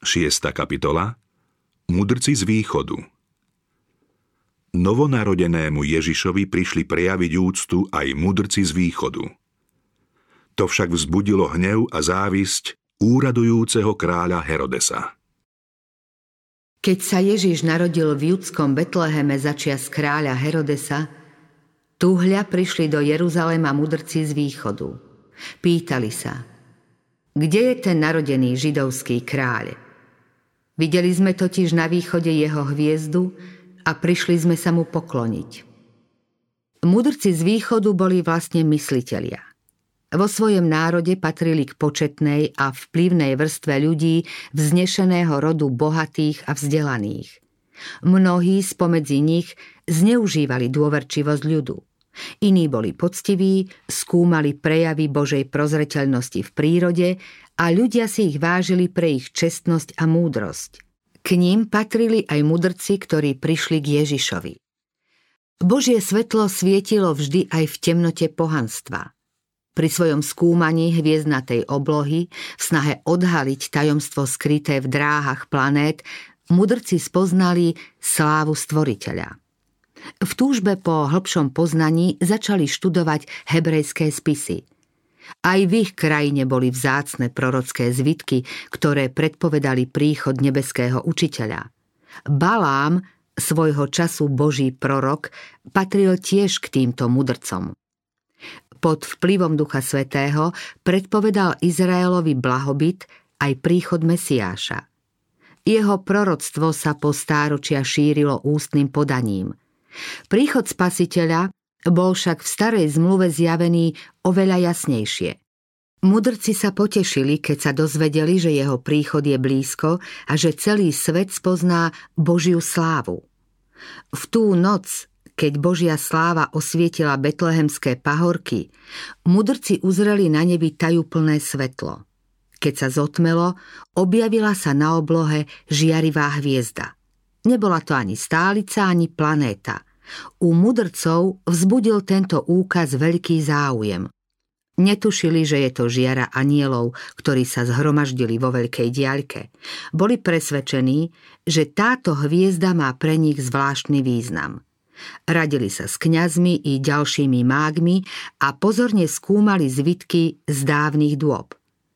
6. kapitola. Mudrci z východu. Novonarodenému Ježišovi prišli prejaviť úctu aj mudrci z východu. To však vzbudilo hnev a závisť úradujúceho kráľa Herodesa. Keď sa Ježiš narodil v judskom Betleheme začias kráľa Herodesa, túhľa prišli do Jeruzalema mudrci z východu. Pýtali sa: Kde je ten narodený židovský kráľ? Videli sme totiž na východe jeho hviezdu a prišli sme sa mu pokloniť. Mudrci z východu boli vlastne myslitelia. Vo svojom národe patrili k početnej a vplyvnej vrstve ľudí vznešeného rodu bohatých a vzdelaných. Mnohí spomedzi nich zneužívali dôverčivosť ľudu. Iní boli poctiví, skúmali prejavy Božej prozreteľnosti v prírode a ľudia si ich vážili pre ich čestnosť a múdrosť. K ním patrili aj mudrci, ktorí prišli k Ježišovi. Božie svetlo svietilo vždy aj v temnote pohanstva. Pri svojom skúmaní hviezdnatej oblohy, v snahe odhaliť tajomstvo skryté v dráhach planét, mudrci spoznali slávu Stvoriteľa. V túžbe po hlbšom poznaní začali študovať hebrejské spisy. Aj v ich krajine boli vzácne prorocké zvitky, ktoré predpovedali príchod nebeského učiteľa. Balám, svojho času Boží prorok, patril tiež k týmto mudrcom. Pod vplyvom Ducha Svätého predpovedal Izraelovi blahobyt aj príchod Mesiáša. Jeho proroctvo sa po stáročia šírilo ústnym podaním. Príchod Spasiteľa bol však v starej zmluve zjavený oveľa jasnejšie. Mudrci sa potešili, keď sa dozvedeli, že jeho príchod je blízko a že celý svet spozná Božiu slávu. V tú noc, keď Božia sláva osvietila betlehemské pahorky, mudrci uzreli na nebi tajúplné svetlo. Keď sa zotmelo, objavila sa na oblohe žiarivá hviezda. Nebola to ani stálica, ani planéta. U mudrcov vzbudil tento úkaz veľký záujem. Netušili, že je to žiara anielov, ktorí sa zhromaždili vo veľkej diaľke. Boli presvedčení, že táto hviezda má pre nich zvláštny význam. Radili sa s kňazmi i ďalšími mágmi a pozorne skúmali zvitky z dávnych dôb.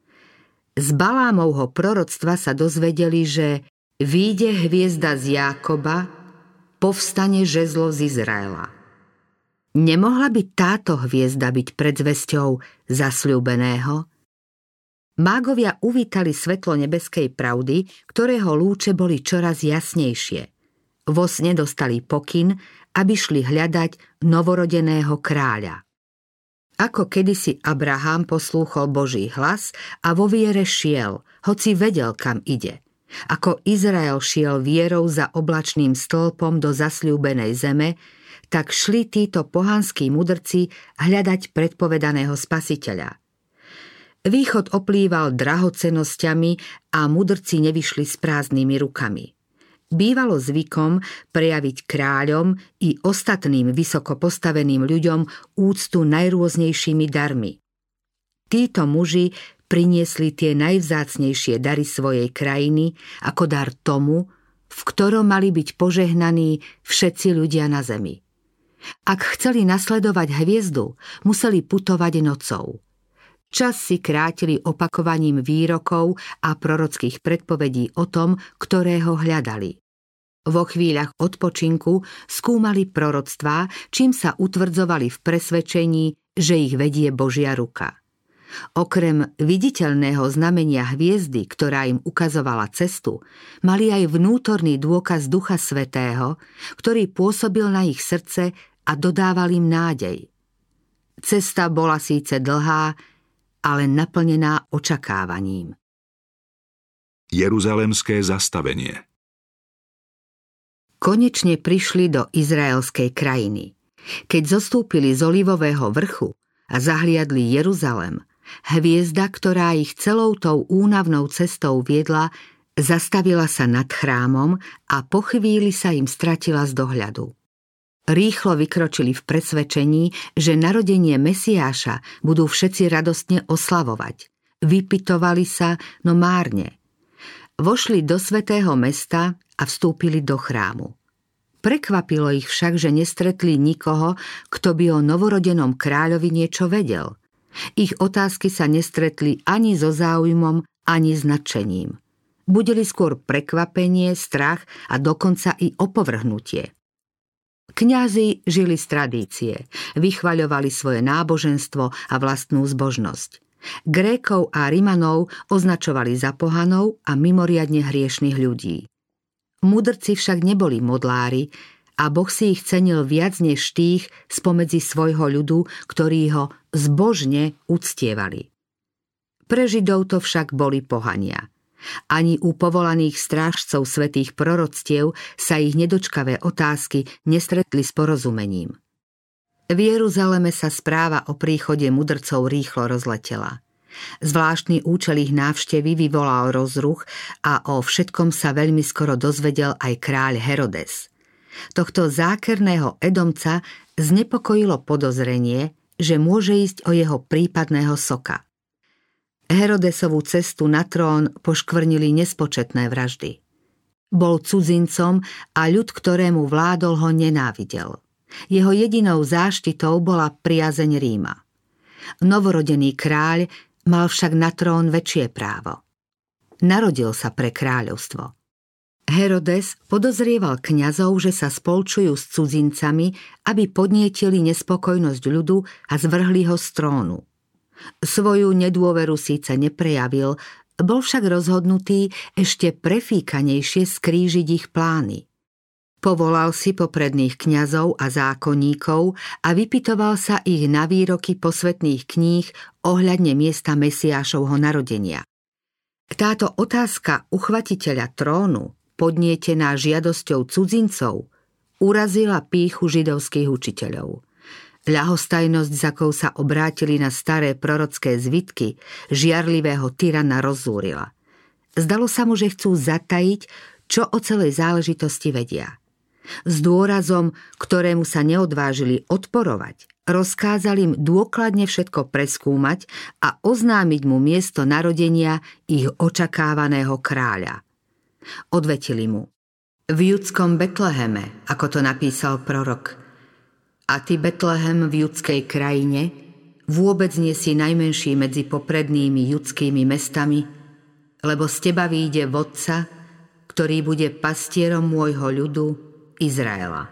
Z Balámovho proroctva sa dozvedeli, že vyjde hviezda z Jákoba, povstane žezlo z Izraela. Nemohla by táto hviezda byť predzvesťou zasľúbeného? Mágovia uvítali svetlo nebeskej pravdy, ktorého lúče boli čoraz jasnejšie. Vo sne dostali pokyn, aby šli hľadať novorodeného kráľa. Ako kedysi Abraham poslúchol Boží hlas a vo viere šiel, hoci vedel, kam ide. Ako Izrael šiel vierou za oblačným stĺpom do zasľúbenej zeme, tak šli títo pohanskí mudrci hľadať predpovedaného Spasiteľa. Východ oplýval drahocennosťami a mudrci nevyšli s prázdnymi rukami. Bývalo zvykom prejaviť kráľom i ostatným vysoko postaveným ľuďom úctu najrôznejšími darmi. Títo muži priniesli tie najvzácnejšie dary svojej krajiny ako dar tomu, v ktorom mali byť požehnaní všetci ľudia na zemi. Ak chceli nasledovať hviezdu, museli putovať nocou. Čas si krátili opakovaním výrokov a prorockých predpovedí o tom, ktorého hľadali. Vo chvíľach odpočinku skúmali proroctvá, čím sa utvrdzovali v presvedčení, že ich vedie Božia ruka. Okrem viditeľného znamenia hviezdy, ktorá im ukazovala cestu, mali aj vnútorný dôkaz Ducha Svätého, ktorý pôsobil na ich srdce a dodával im nádej. Cesta bola síce dlhá, ale naplnená očakávaním. Jeruzalemské zastavenie. Konečne prišli do izraelskej krajiny. Keď zostúpili z Olivového vrchu a zahliadli Jeruzalem, hviezda, ktorá ich celou tou únavnou cestou viedla, zastavila sa nad chrámom a po chvíli sa im stratila z dohľadu. Rýchlo vykročili v presvedčení, že narodenie Mesiáša budú všetci radostne oslavovať. Vypytovali sa, no márne. Vošli do svätého mesta a vstúpili do chrámu. Prekvapilo ich však, že nestretli nikoho, kto by o novorodenom kráľovi niečo vedel. Ich otázky sa nestretli ani so záujmom, ani s nadšením. Budili skôr prekvapenie, strach a dokonca i opovrhnutie. Kňazi žili z tradície, vychvaľovali svoje náboženstvo a vlastnú zbožnosť. Grékov a Rimanov označovali za pohanov a mimoriadne hriešnych ľudí. Mudrci však neboli modlári a Boh si ich cenil viac než tých spomedzi svojho ľudu, ktorí ho zbožne uctievali. Pre Židov to však boli pohania. Ani u povolaných strážcov svätých proroctiev sa ich nedočkavé otázky nestretli s porozumením. V Jeruzaleme sa správa o príchode mudrcov rýchlo rozletela. Zvláštny účel ich návštevy vyvolal rozruch a o všetkom sa veľmi skoro dozvedel aj kráľ Herodes. Tohto zákerného Edomca znepokojilo podozrenie, že môže ísť o jeho prípadného soka. Herodesovú cestu na trón poškvrnili nespočetné vraždy. Bol cudzincom a ľud, ktorému vládol, ho nenávidel. Jeho jedinou záštitou bola priazeň Ríma. Novorodený kráľ mal však na trón väčšie právo. Narodil sa pre kráľovstvo. Herodes podozrieval kňazov, že sa spolčujú s cudzincami, aby podnietili nespokojnosť ľudu a zvrhli ho z trónu. Svoju nedôveru síce neprejavil, bol však rozhodnutý ešte prefíkanejšie skrížiť ich plány. Povolal si popredných kňazov a zákonníkov a vypytoval sa ich na výroky posvätných kníh ohľadne miesta Mesiášovho narodenia. Táto otázka uchvatiteľa trónu, podnietená žiadosťou cudzincov, urazila pýchu židovských učiteľov. Ľahostajnosť, za akou sa obrátili na staré prorocké zvitky, žiarlivého tyrana rozzúrila. Zdalo sa mu, že chcú zatajiť, čo o celej záležitosti vedia. S dôrazom, ktorému sa neodvážili odporovať, rozkázal im dôkladne všetko preskúmať a oznámiť mu miesto narodenia ich očakávaného kráľa. Odvetili mu: v judskom Betleheme, ako to napísal prorok. A ty, Betlehem, v judskej krajine, vôbec nie si najmenší medzi poprednými judskými mestami, lebo z teba vyjde vodca, ktorý bude pastierom môjho ľudu Izraela.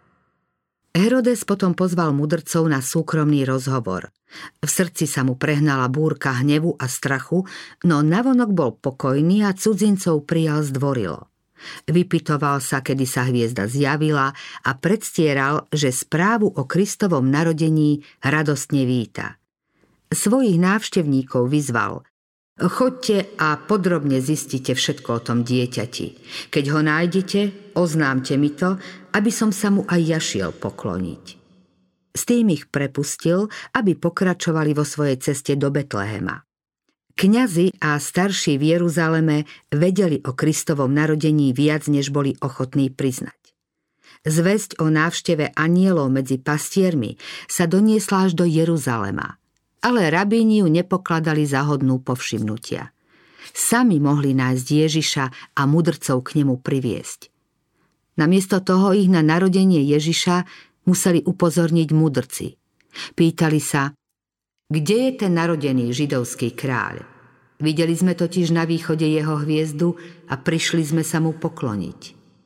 Herodes potom pozval mudrcov na súkromný rozhovor. V srdci sa mu prehnala búrka hnevu a strachu, no navonok bol pokojný a cudzincov prijal zdvorilo. Vypytoval sa, kedy sa hviezda zjavila a predstieral, že správu o Kristovom narodení radostne víta. Svojich návštevníkov vyzval: choďte a podrobne zistite všetko o tom dieťati. Keď ho nájdete, oznámte mi to, aby som sa mu aj ja šiel pokloniť. S tým ich prepustil, aby pokračovali vo svojej ceste do Betlehema. Kňazi a starší v Jeruzaleme vedeli o Kristovom narodení viac, než boli ochotní priznať. Zvesť o návšteve anielov medzi pastiermi sa doniesla až do Jeruzalema, ale rabíni ju nepokladali za hodnú povšimnutia. Sami mohli nájsť Ježiša a mudrcov k nemu priviesť. Namiesto toho ich na narodenie Ježiša museli upozorniť mudrci. Pýtali sa: kde je ten narodený židovský kráľ? Videli sme totiž na východe jeho hviezdu a prišli sme sa mu pokloniť.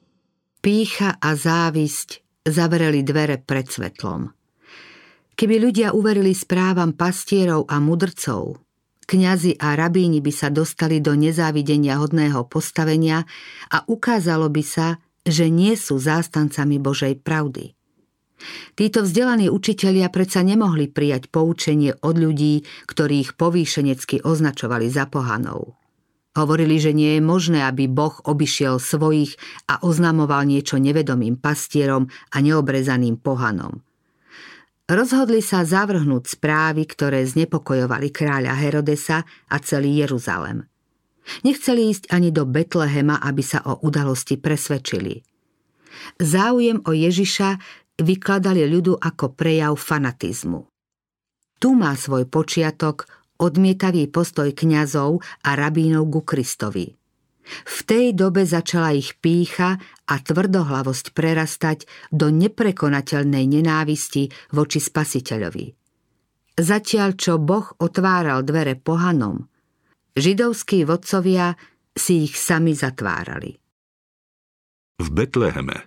Pýcha a závisť zavreli dvere pred svetlom. Keby ľudia uverili správam pastierov a mudrcov, kňazi a rabíni by sa dostali do nezávidenia hodného postavenia a ukázalo by sa, že nie sú zástancami Božej pravdy. Títo vzdelaní učitelia predsa nemohli prijať poučenie od ľudí, ktorých povýšenecky označovali za pohanov. Hovorili, že nie je možné, aby Boh obišiel svojich a oznamoval niečo nevedomým pastierom a neobrezaným pohanom. Rozhodli sa zavrhnúť správy, ktoré znepokojovali kráľa Herodesa a celý Jeruzalem. Nechceli ísť ani do Betlehema, aby sa o udalosti presvedčili. Záujem o Ježiša vykladali ľudu ako prejav fanatizmu. Tu má svoj počiatok odmietavý postoj kňazov a rabínov ku Kristovi. V tej dobe začala ich pýcha a tvrdohlavosť prerastať do neprekonateľnej nenávisti voči Spasiteľovi. Zatiaľ, čo Boh otváral dvere pohanom, židovskí vodcovia si ich sami zatvárali. V Betleheme.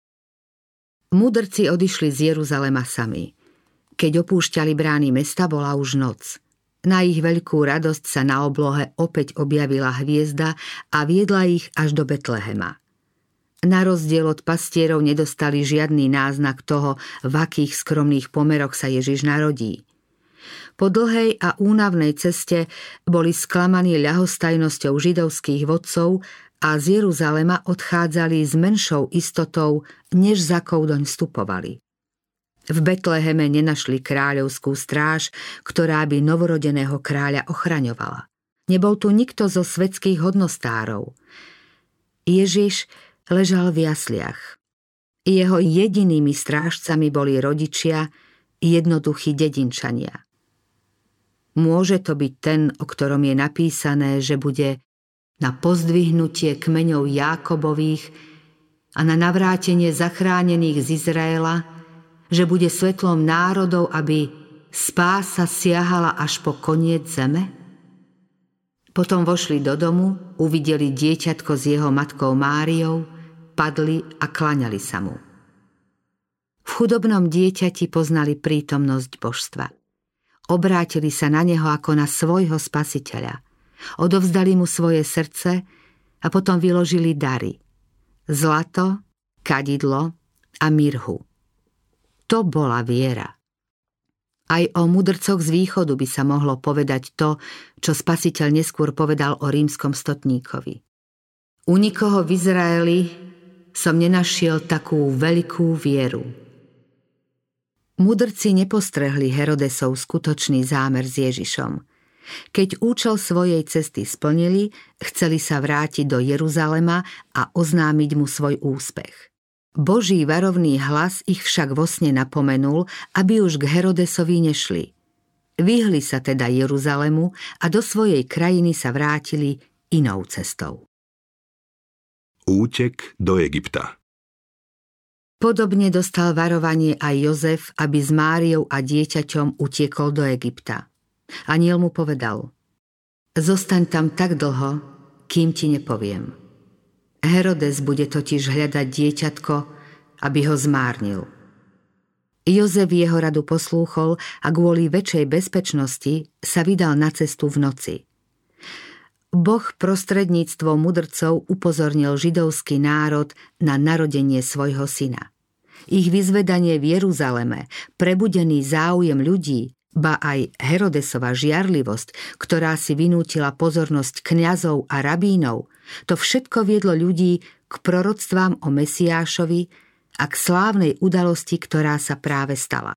Múdrci odišli z Jeruzalema sami. Keď opúšťali brány mesta, bola už noc. Na ich veľkú radosť sa na oblohe opäť objavila hviezda a viedla ich až do Betlehema. Na rozdiel od pastierov nedostali žiadny náznak toho, v akých skromných pomeroch sa Ježiš narodí. Po dlhej a únavnej ceste boli sklamaní ľahostajnosťou židovských vodcov a z Jeruzalema odchádzali s menšou istotou, než za akou doň vstupovali. V Betleheme nenašli kráľovskú stráž, ktorá by novorodeného kráľa ochraňovala. Nebol tu nikto zo svetských hodnostárov. Ježiš ležal v jasliach. Jeho jedinými strážcami boli rodičia, jednoduchí dedinčania. Môže to byť ten, o ktorom je napísané, že bude na pozdvihnutie kmeňov Jákobových a na navrátenie zachránených z Izraela, že bude svetlom národov, aby spása siahala až po koniec zeme? Potom vošli do domu, uvideli dieťatko s jeho matkou Máriou, padli a klaňali sa mu. V chudobnom dieťati poznali prítomnosť božstva. Obrátili sa na neho ako na svojho spasiteľa. Odovzdali mu svoje srdce a potom vyložili dary. Zlato, kadidlo a mirhu. To bola viera. Aj o mudrcoch z východu by sa mohlo povedať to, čo Spasiteľ neskôr povedal o rímskom stotníkovi. U nikoho v Izraeli som nenašiel takú veľkú vieru. Mudrci nepostrehli Herodesov skutočný zámer s Ježišom. Keď účel svojej cesty splnili, chceli sa vrátiť do Jeruzalema a oznámiť mu svoj úspech. Boží varovný hlas ich však vo sne napomenul, aby už k Herodesovi nešli. Vyhli sa teda Jeruzalemu a do svojej krajiny sa vrátili inou cestou. Útek do Egypta. Podobne dostal varovanie aj Jozef, aby s Máriou a dieťaťom utiekol do Egypta. Anjel mu povedal: Zostaň tam tak dlho, kým ti nepoviem. Herodes bude totiž hľadať dieťatko, aby ho zmárnil. Jozef jeho radu poslúchol a kvôli väčšej bezpečnosti sa vydal na cestu v noci. Boh prostredníctvom mudrcov upozornil židovský národ na narodenie svojho syna. Ich vyzvedanie v Jeruzaleme, prebudený záujem ľudí, ba aj Herodesova žiarlivosť, ktorá si vynútila pozornosť kňazov a rabínov, to všetko viedlo ľudí k proroctvám o Mesiášovi a k slávnej udalosti, ktorá sa práve stala.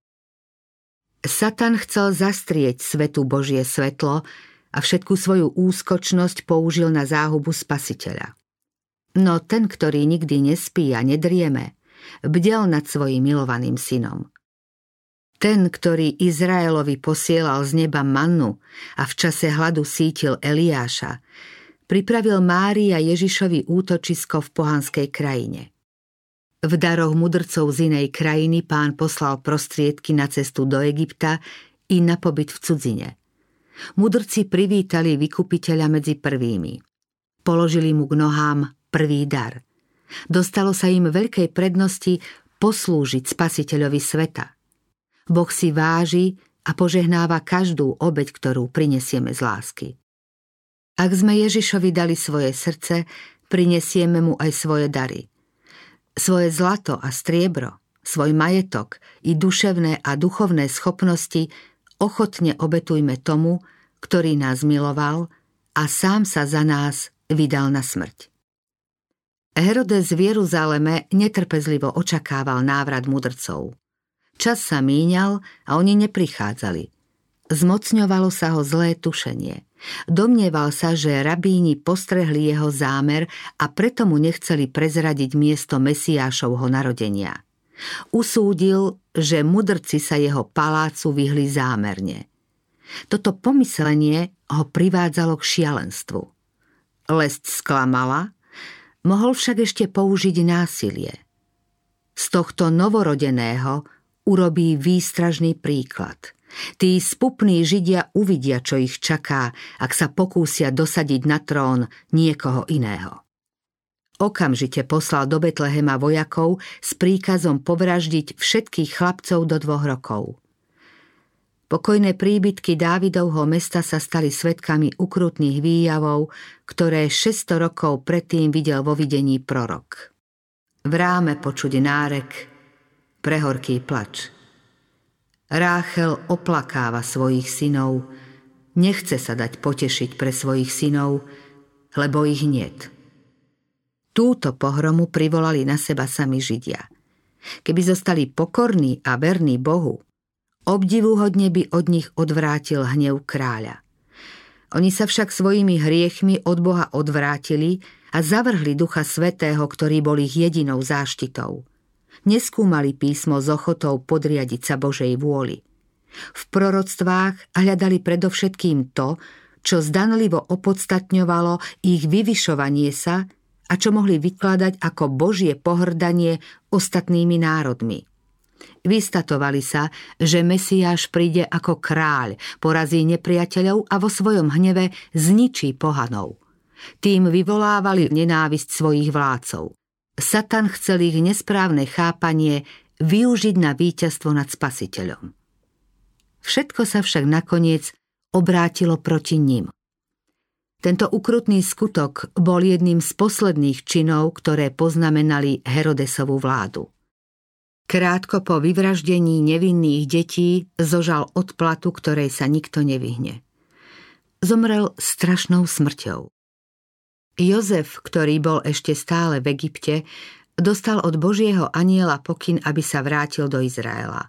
Satan chcel zastrieť svetu Božie svetlo a všetku svoju úskočnosť použil na záhubu Spasiteľa. No ten, ktorý nikdy nespí a nedrieme, bdel nad svojím milovaným synom. Ten, ktorý Izraelovi posielal z neba mannu a v čase hladu sítil Eliáša, pripravil Márii a Ježišovi útočisko v pohanskej krajine. V daroch mudrcov z inej krajiny Pán poslal prostriedky na cestu do Egypta i na pobyt v cudzine. Mudrci privítali vykupiteľa medzi prvými. Položili mu k nohám prvý dar. Dostalo sa im veľkej prednosti poslúžiť Spasiteľovi sveta. Boh si váži a požehnáva každú obeť, ktorú prinesieme z lásky. Ak sme Ježišovi dali svoje srdce, prinesieme mu aj svoje dary. Svoje zlato a striebro, svoj majetok i duševné a duchovné schopnosti ochotne obetujme tomu, ktorý nás miloval a sám sa za nás vydal na smrť. Herodes v Jeruzaleme netrpezlivo očakával návrat mudrcov. Čas sa míňal a oni neprichádzali. Zmocňovalo sa ho zlé tušenie. Domnieval sa, že rabíni postrehli jeho zámer a preto mu nechceli prezradiť miesto Mesiášovho narodenia. Usúdil, že mudrci sa jeho palácu vyhli zámerne. Toto pomyslenie ho privádzalo k šialenstvu. Lesť sklamala, mohol však ešte použiť násilie. Z tohto novorodeného urobí výstražný príklad. Tí spupní Židia uvidia, čo ich čaká, ak sa pokúsia dosadiť na trón niekoho iného. Okamžite poslal do Betlehema vojakov s príkazom povraždiť všetkých chlapcov do 2 rokov. Pokojné príbytky Dávidovho mesta sa stali svedkami ukrutných výjavov, ktoré 600 rokov predtým videl vo videní prorok. V ráme počuť nárek, prehorký plač. Ráchel oplakáva svojich synov, nechce sa dať potešiť pre svojich synov, lebo ich niet. Túto pohromu privolali na seba sami Židia. Keby zostali pokorní a verní Bohu, obdivuhodne by od nich odvrátil hnev kráľa. Oni sa však svojimi hriechmi od Boha odvrátili a zavrhli Ducha Svätého, ktorý bol ich jedinou záštitou. Neskúmali písmo s ochotou podriadiť sa Božej vôli. V proroctvách hľadali predovšetkým to, čo zdanlivo opodstatňovalo ich vyvyšovanie sa a čo mohli vykladať ako Božie pohrdanie ostatnými národmi. Vystatovali sa, že Mesiáš príde ako kráľ, porazí nepriateľov a vo svojom hneve zničí pohanov. Tým vyvolávali nenávisť svojich vládcov. Satan chcel ich nesprávne chápanie využiť na víťazstvo nad Spasiteľom. Všetko sa však nakoniec obrátilo proti nim. Tento ukrutný skutok bol jedným z posledných činov, ktoré poznamenali Herodesovú vládu. Krátko po vyvraždení nevinných detí zožal odplatu, ktorej sa nikto nevyhne. Zomrel strašnou smrťou. Jozef, ktorý bol ešte stále v Egypte, dostal od Božieho anjela pokyn, aby sa vrátil do Izraela.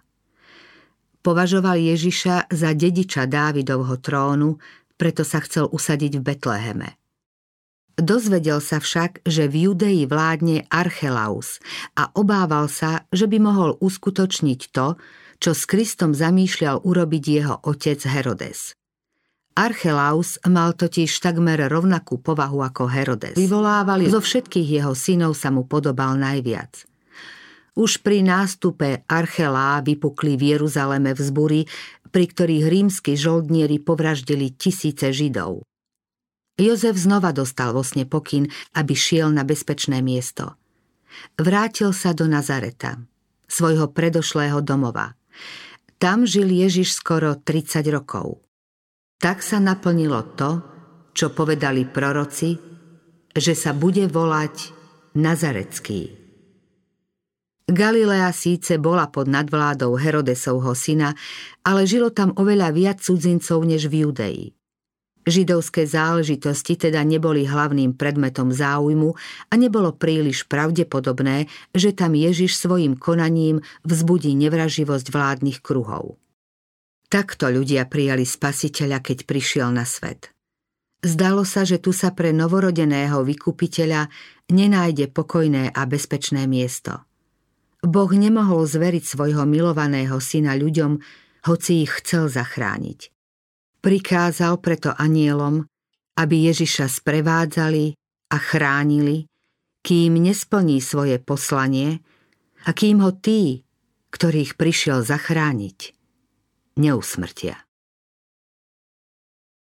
Považoval Ježiša za dediča Dávidovho trónu, preto sa chcel usadiť v Betleheme. Dozvedel sa však, že v Judei vládne Archelaus a obával sa, že by mohol uskutočniť to, čo s Kristom zamýšľal urobiť jeho otec Herodes. Archelaus mal totiž takmer rovnakú povahu ako Herodes. Vyvolávali, zo všetkých jeho synov sa mu podobal najviac. Už pri nástupe Archelá vypukli v Jeruzaleme vzbury, pri ktorých rímski žoldnieri povraždili 1000 Židov. Jozef znova dostal vo sne pokyn, aby šiel na bezpečné miesto. Vrátil sa do Nazareta, svojho predošlého domova. Tam žil Ježiš skoro 30 rokov. Tak sa naplnilo to, čo povedali proroci, že sa bude volať Nazarecký. Galilea síce bola pod nadvládou Herodesovho syna, ale žilo tam oveľa viac cudzincov než v Judei. Židovské záležitosti teda neboli hlavným predmetom záujmu a nebolo príliš pravdepodobné, že tam Ježiš svojim konaním vzbudí nevraživosť vládnych kruhov. Takto ľudia prijali Spasiteľa, keď prišiel na svet. Zdalo sa, že tu sa pre novorodeného vykupiteľa nenájde pokojné a bezpečné miesto. Boh nemohol zveriť svojho milovaného syna ľuďom, hoci ich chcel zachrániť. Prikázal preto anjelom, aby Ježiša sprevádzali a chránili, kým nesplní svoje poslanie a kým ho tí, ktorých prišiel zachrániť, neusmrtia.